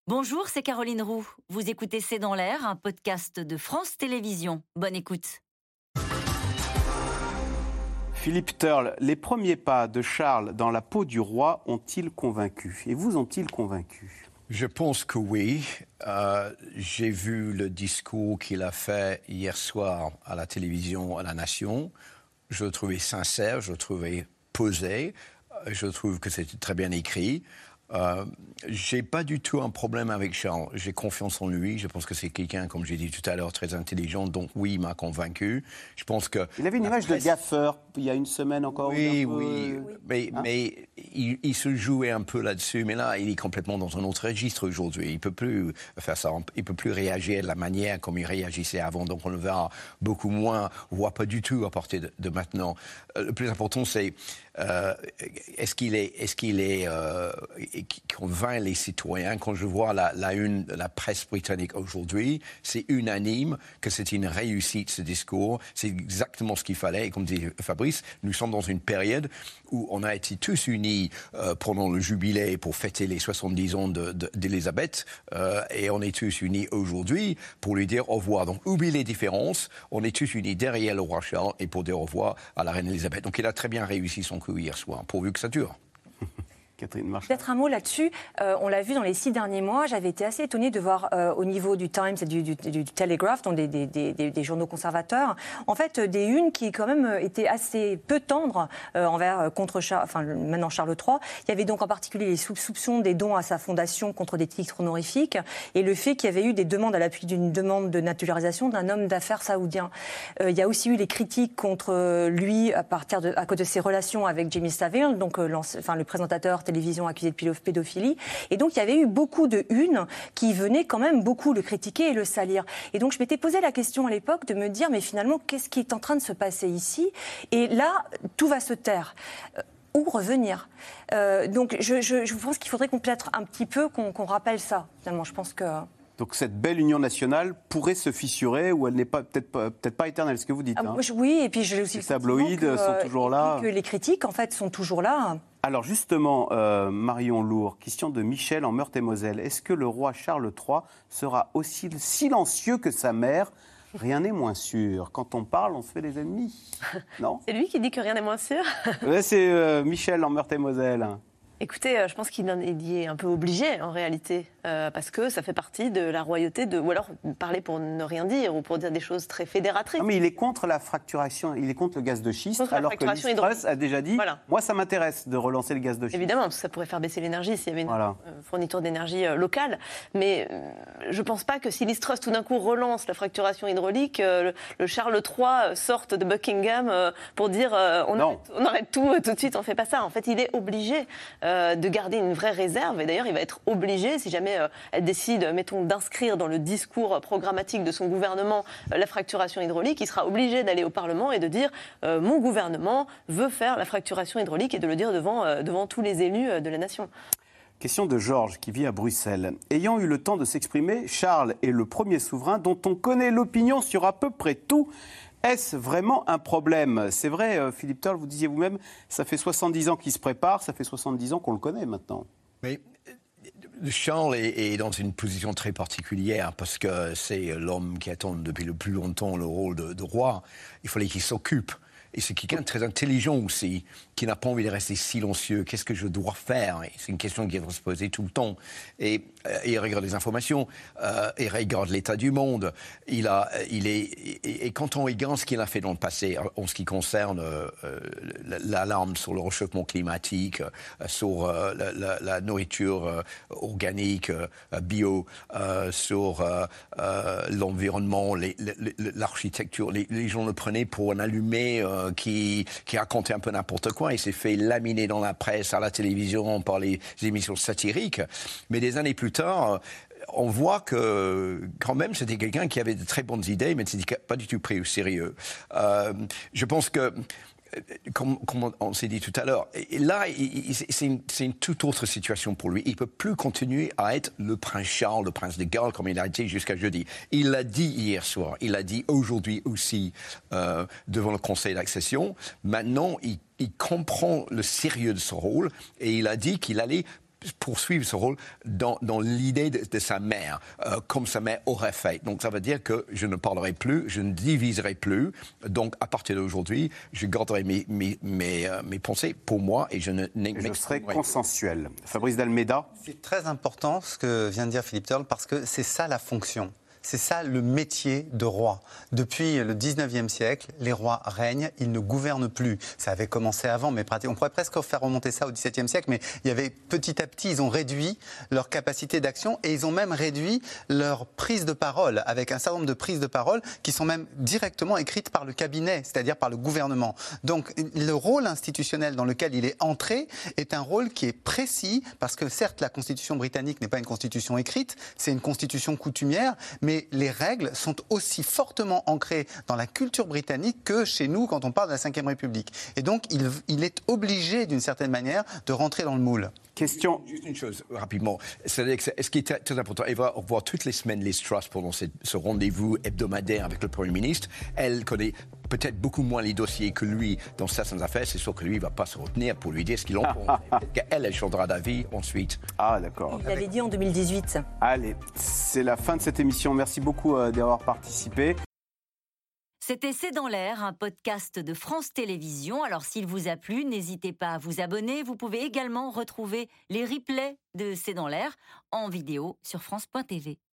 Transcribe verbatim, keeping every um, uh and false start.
Bonjour, c'est Caroline Roux. Vous écoutez C'est dans l'air, un podcast de France Télévisions. Bonne écoute. Philippe Turle, les premiers pas de Charles dans la peau du roi ont-ils convaincu? Et vous ont-ils convaincu? Je pense que oui. Euh, j'ai vu le discours qu'il a fait hier soir à la télévision à la Nation. Je le trouvais sincère, je le trouvais posé. Je trouve que c'était très bien écrit. Euh, j'ai pas du tout un problème avec Charles. J'ai confiance en lui. Je pense que c'est quelqu'un, comme j'ai dit tout à l'heure, très intelligent. Donc oui, il m'a convaincu. Je pense que il avait une image presse... de gaffeur il y a une semaine encore. Oui, peu... oui, oui. Mais, hein? mais il, il se jouait un peu là-dessus. Mais là, il est complètement dans un autre registre aujourd'hui. Il peut plus faire ça. Il peut plus réagir de la manière comme il réagissait avant. Donc on le verra beaucoup moins, voire pas du tout à partir de, de maintenant. Euh, le plus important, c'est euh, est-ce qu'il est, est-ce qu'il est euh, qui convainc les citoyens. Quand je vois la, la une de la presse britannique aujourd'hui, c'est unanime que c'est une réussite, ce discours. C'est exactement ce qu'il fallait. Et comme dit Fabrice, nous sommes dans une période où on a été tous unis euh, pendant le jubilé pour fêter les soixante-dix ans de, de, d'Élisabeth. Euh, et on est tous unis aujourd'hui pour lui dire au revoir. Donc, oublie les différences. On est tous unis derrière le roi Charles et pour dire au revoir à la reine Elisabeth. Donc, il a très bien réussi son coup hier soir, pourvu que ça dure. Peut-être un mot là-dessus. Euh, on l'a vu dans les six derniers mois. J'avais été assez étonnée de voir euh, au niveau du Times et du, du, du Telegraph, donc des, des, des, des journaux conservateurs, en fait, des unes qui quand même étaient assez peu tendres euh, envers contre Charles, enfin maintenant Charles trois. Il y avait donc en particulier les soupçons des dons à sa fondation contre des titres honorifiques et le fait qu'il y avait eu des demandes à l'appui d'une demande de naturalisation d'un homme d'affaires saoudien. Euh, il y a aussi eu les critiques contre lui à partir de à cause de ses relations avec Jimmy Savile, donc euh, enfin le présentateur télévision accusée de pédophilie. Et donc, il y avait eu beaucoup de unes qui venaient quand même beaucoup le critiquer et le salir. Et donc, je m'étais posé la question à l'époque de me dire, mais finalement, qu'est-ce qui est en train de se passer ici? Et là, tout va se taire. Euh, Où revenir euh, Donc, je, je, je pense qu'il faudrait qu'on peut-être un petit peu qu'on, qu'on rappelle ça. Finalement, je pense que... Donc cette belle union nationale pourrait se fissurer ou elle n'est pas, peut-être, pas, peut-être pas éternelle, ce que vous dites. Ah, hein. Oui, et puis j'ai aussi les tabloïds que, sont toujours là. Que les critiques, en fait, sont toujours là. Alors justement, euh, Marion Lourd, question de Michel en Meurthe-et-Moselle. Est-ce que le roi Charles trois sera aussi silencieux que sa mère? Rien n'est moins sûr. Quand on parle, on se fait des ennemis. Non? C'est lui qui dit que rien n'est moins sûr. Ouais, c'est euh, Michel en Meurthe-et-Moselle. Écoutez, euh, je pense qu'il y est un peu obligé, en réalité, euh, parce que ça fait partie de la royauté, de, ou alors parler pour ne rien dire, ou pour dire des choses très fédératrices. Non, mais il est contre la fracturation, il est contre le gaz de schiste, contre alors que Liz Truss a déjà dit, voilà. Moi ça m'intéresse de relancer le gaz de schiste. Évidemment, parce que ça pourrait faire baisser l'énergie s'il y avait une voilà. fourniture d'énergie euh, locale, mais euh, je ne pense pas que si Liz Truss tout d'un coup relance la fracturation hydraulique, euh, le, le Charles trois sorte de Buckingham euh, pour dire euh, on, arrête, on arrête tout euh, tout de suite, on ne fait pas ça. En fait, il est obligé euh, de garder une vraie réserve. Et d'ailleurs, il va être obligé, si jamais euh, elle décide, mettons, d'inscrire dans le discours programmatique de son gouvernement euh, la fracturation hydraulique, il sera obligé d'aller au Parlement et de dire euh, mon gouvernement veut faire la fracturation hydraulique et de le dire devant, euh, devant tous les élus euh, de la nation. Question de Georges, qui vit à Bruxelles. Ayant eu le temps de s'exprimer, Charles est le premier souverain dont on connaît l'opinion sur à peu près tout. Est-ce vraiment un problème? C'est vrai, Philippe Turle, vous disiez vous-même, ça fait soixante-dix ans qu'il se prépare, ça fait soixante-dix ans qu'on le connaît maintenant. Mais Charles est, est dans une position très particulière parce que c'est l'homme qui attend depuis le plus longtemps le rôle de, de roi. Il fallait qu'il s'occupe. Et c'est quelqu'un de très intelligent aussi, qui n'a pas envie de rester silencieux. Qu'est-ce que je dois faire? Et c'est une question qu'il doit se poser tout le temps. Et, euh, il regarde les informations, euh, il regarde l'état du monde. Il a, il est, et, et quand on regarde ce qu'il a fait dans le passé, en ce qui concerne euh, l'alarme sur le réchauffement climatique, euh, sur euh, la, la, la nourriture euh, organique, euh, bio, euh, sur euh, euh, l'environnement, les, l'architecture, les, les gens le prenaient pour un allumé euh, Qui, qui racontait un peu n'importe quoi. Il s'est fait laminer dans la presse, à la télévision, par les émissions satiriques. Mais des années plus tard, on voit que, quand même, c'était quelqu'un qui avait de très bonnes idées, mais c'était pas du tout pris au sérieux. Euh, je pense que Comme, comme on s'est dit tout à l'heure, et là, il, c'est, une, c'est une toute autre situation pour lui. Il ne peut plus continuer à être le prince Charles, le prince de Galles, comme il a été jusqu'à jeudi. Il l'a dit hier soir, il l'a dit aujourd'hui aussi euh, devant le conseil d'accession. Maintenant, il, il comprend le sérieux de son rôle et il a dit qu'il allait poursuivre ce rôle dans, dans l'idée de, de sa mère, euh, comme sa mère aurait fait. Donc ça veut dire que je ne parlerai plus, je ne diviserai plus. Donc à partir d'aujourd'hui, je garderai mes, mes, mes, euh, mes pensées pour moi et je ne et je serai consensuel. Fabrice d'Almeida. C'est très important ce que vient de dire Philippe Turle parce que c'est ça la fonction. C'est ça le métier de roi. Depuis le dix-neuvième siècle, les rois règnent, ils ne gouvernent plus. Ça avait commencé avant, mais on pourrait presque faire remonter ça au dix-septième siècle, mais il y avait petit à petit, ils ont réduit leur capacité d'action et ils ont même réduit leur prise de parole, avec un certain nombre de prises de parole qui sont même directement écrites par le cabinet, c'est-à-dire par le gouvernement. Donc le rôle institutionnel dans lequel il est entré est un rôle qui est précis, parce que certes la Constitution britannique n'est pas une constitution écrite, c'est une constitution coutumière, mais Mais les règles sont aussi fortement ancrées dans la culture britannique que chez nous quand on parle de la cinquième République. Et donc, il, il est obligé, d'une certaine manière, de rentrer dans le moule. Question. Juste une chose, rapidement. C'est-à-dire que ce qui est très important, elle va voir toutes les semaines Liz Truss pendant cette, ce rendez-vous hebdomadaire avec le Premier ministre. Elle connaît peut-être beaucoup moins les dossiers que lui dans certaines affaires. C'est sûr que lui ne va pas se retenir pour lui dire ce qu'il en pense. Elle, elle changera d'avis ensuite. Ah, d'accord. Il l'avait dit en deux mille dix-huit. Allez, c'est la fin de cette émission. Merci beaucoup euh, d'avoir participé. C'était C'est dans l'air, un podcast de France Télévisions. Alors s'il vous a plu, n'hésitez pas à vous abonner. Vous pouvez également retrouver les replays de C'est dans l'air en vidéo sur France point T V.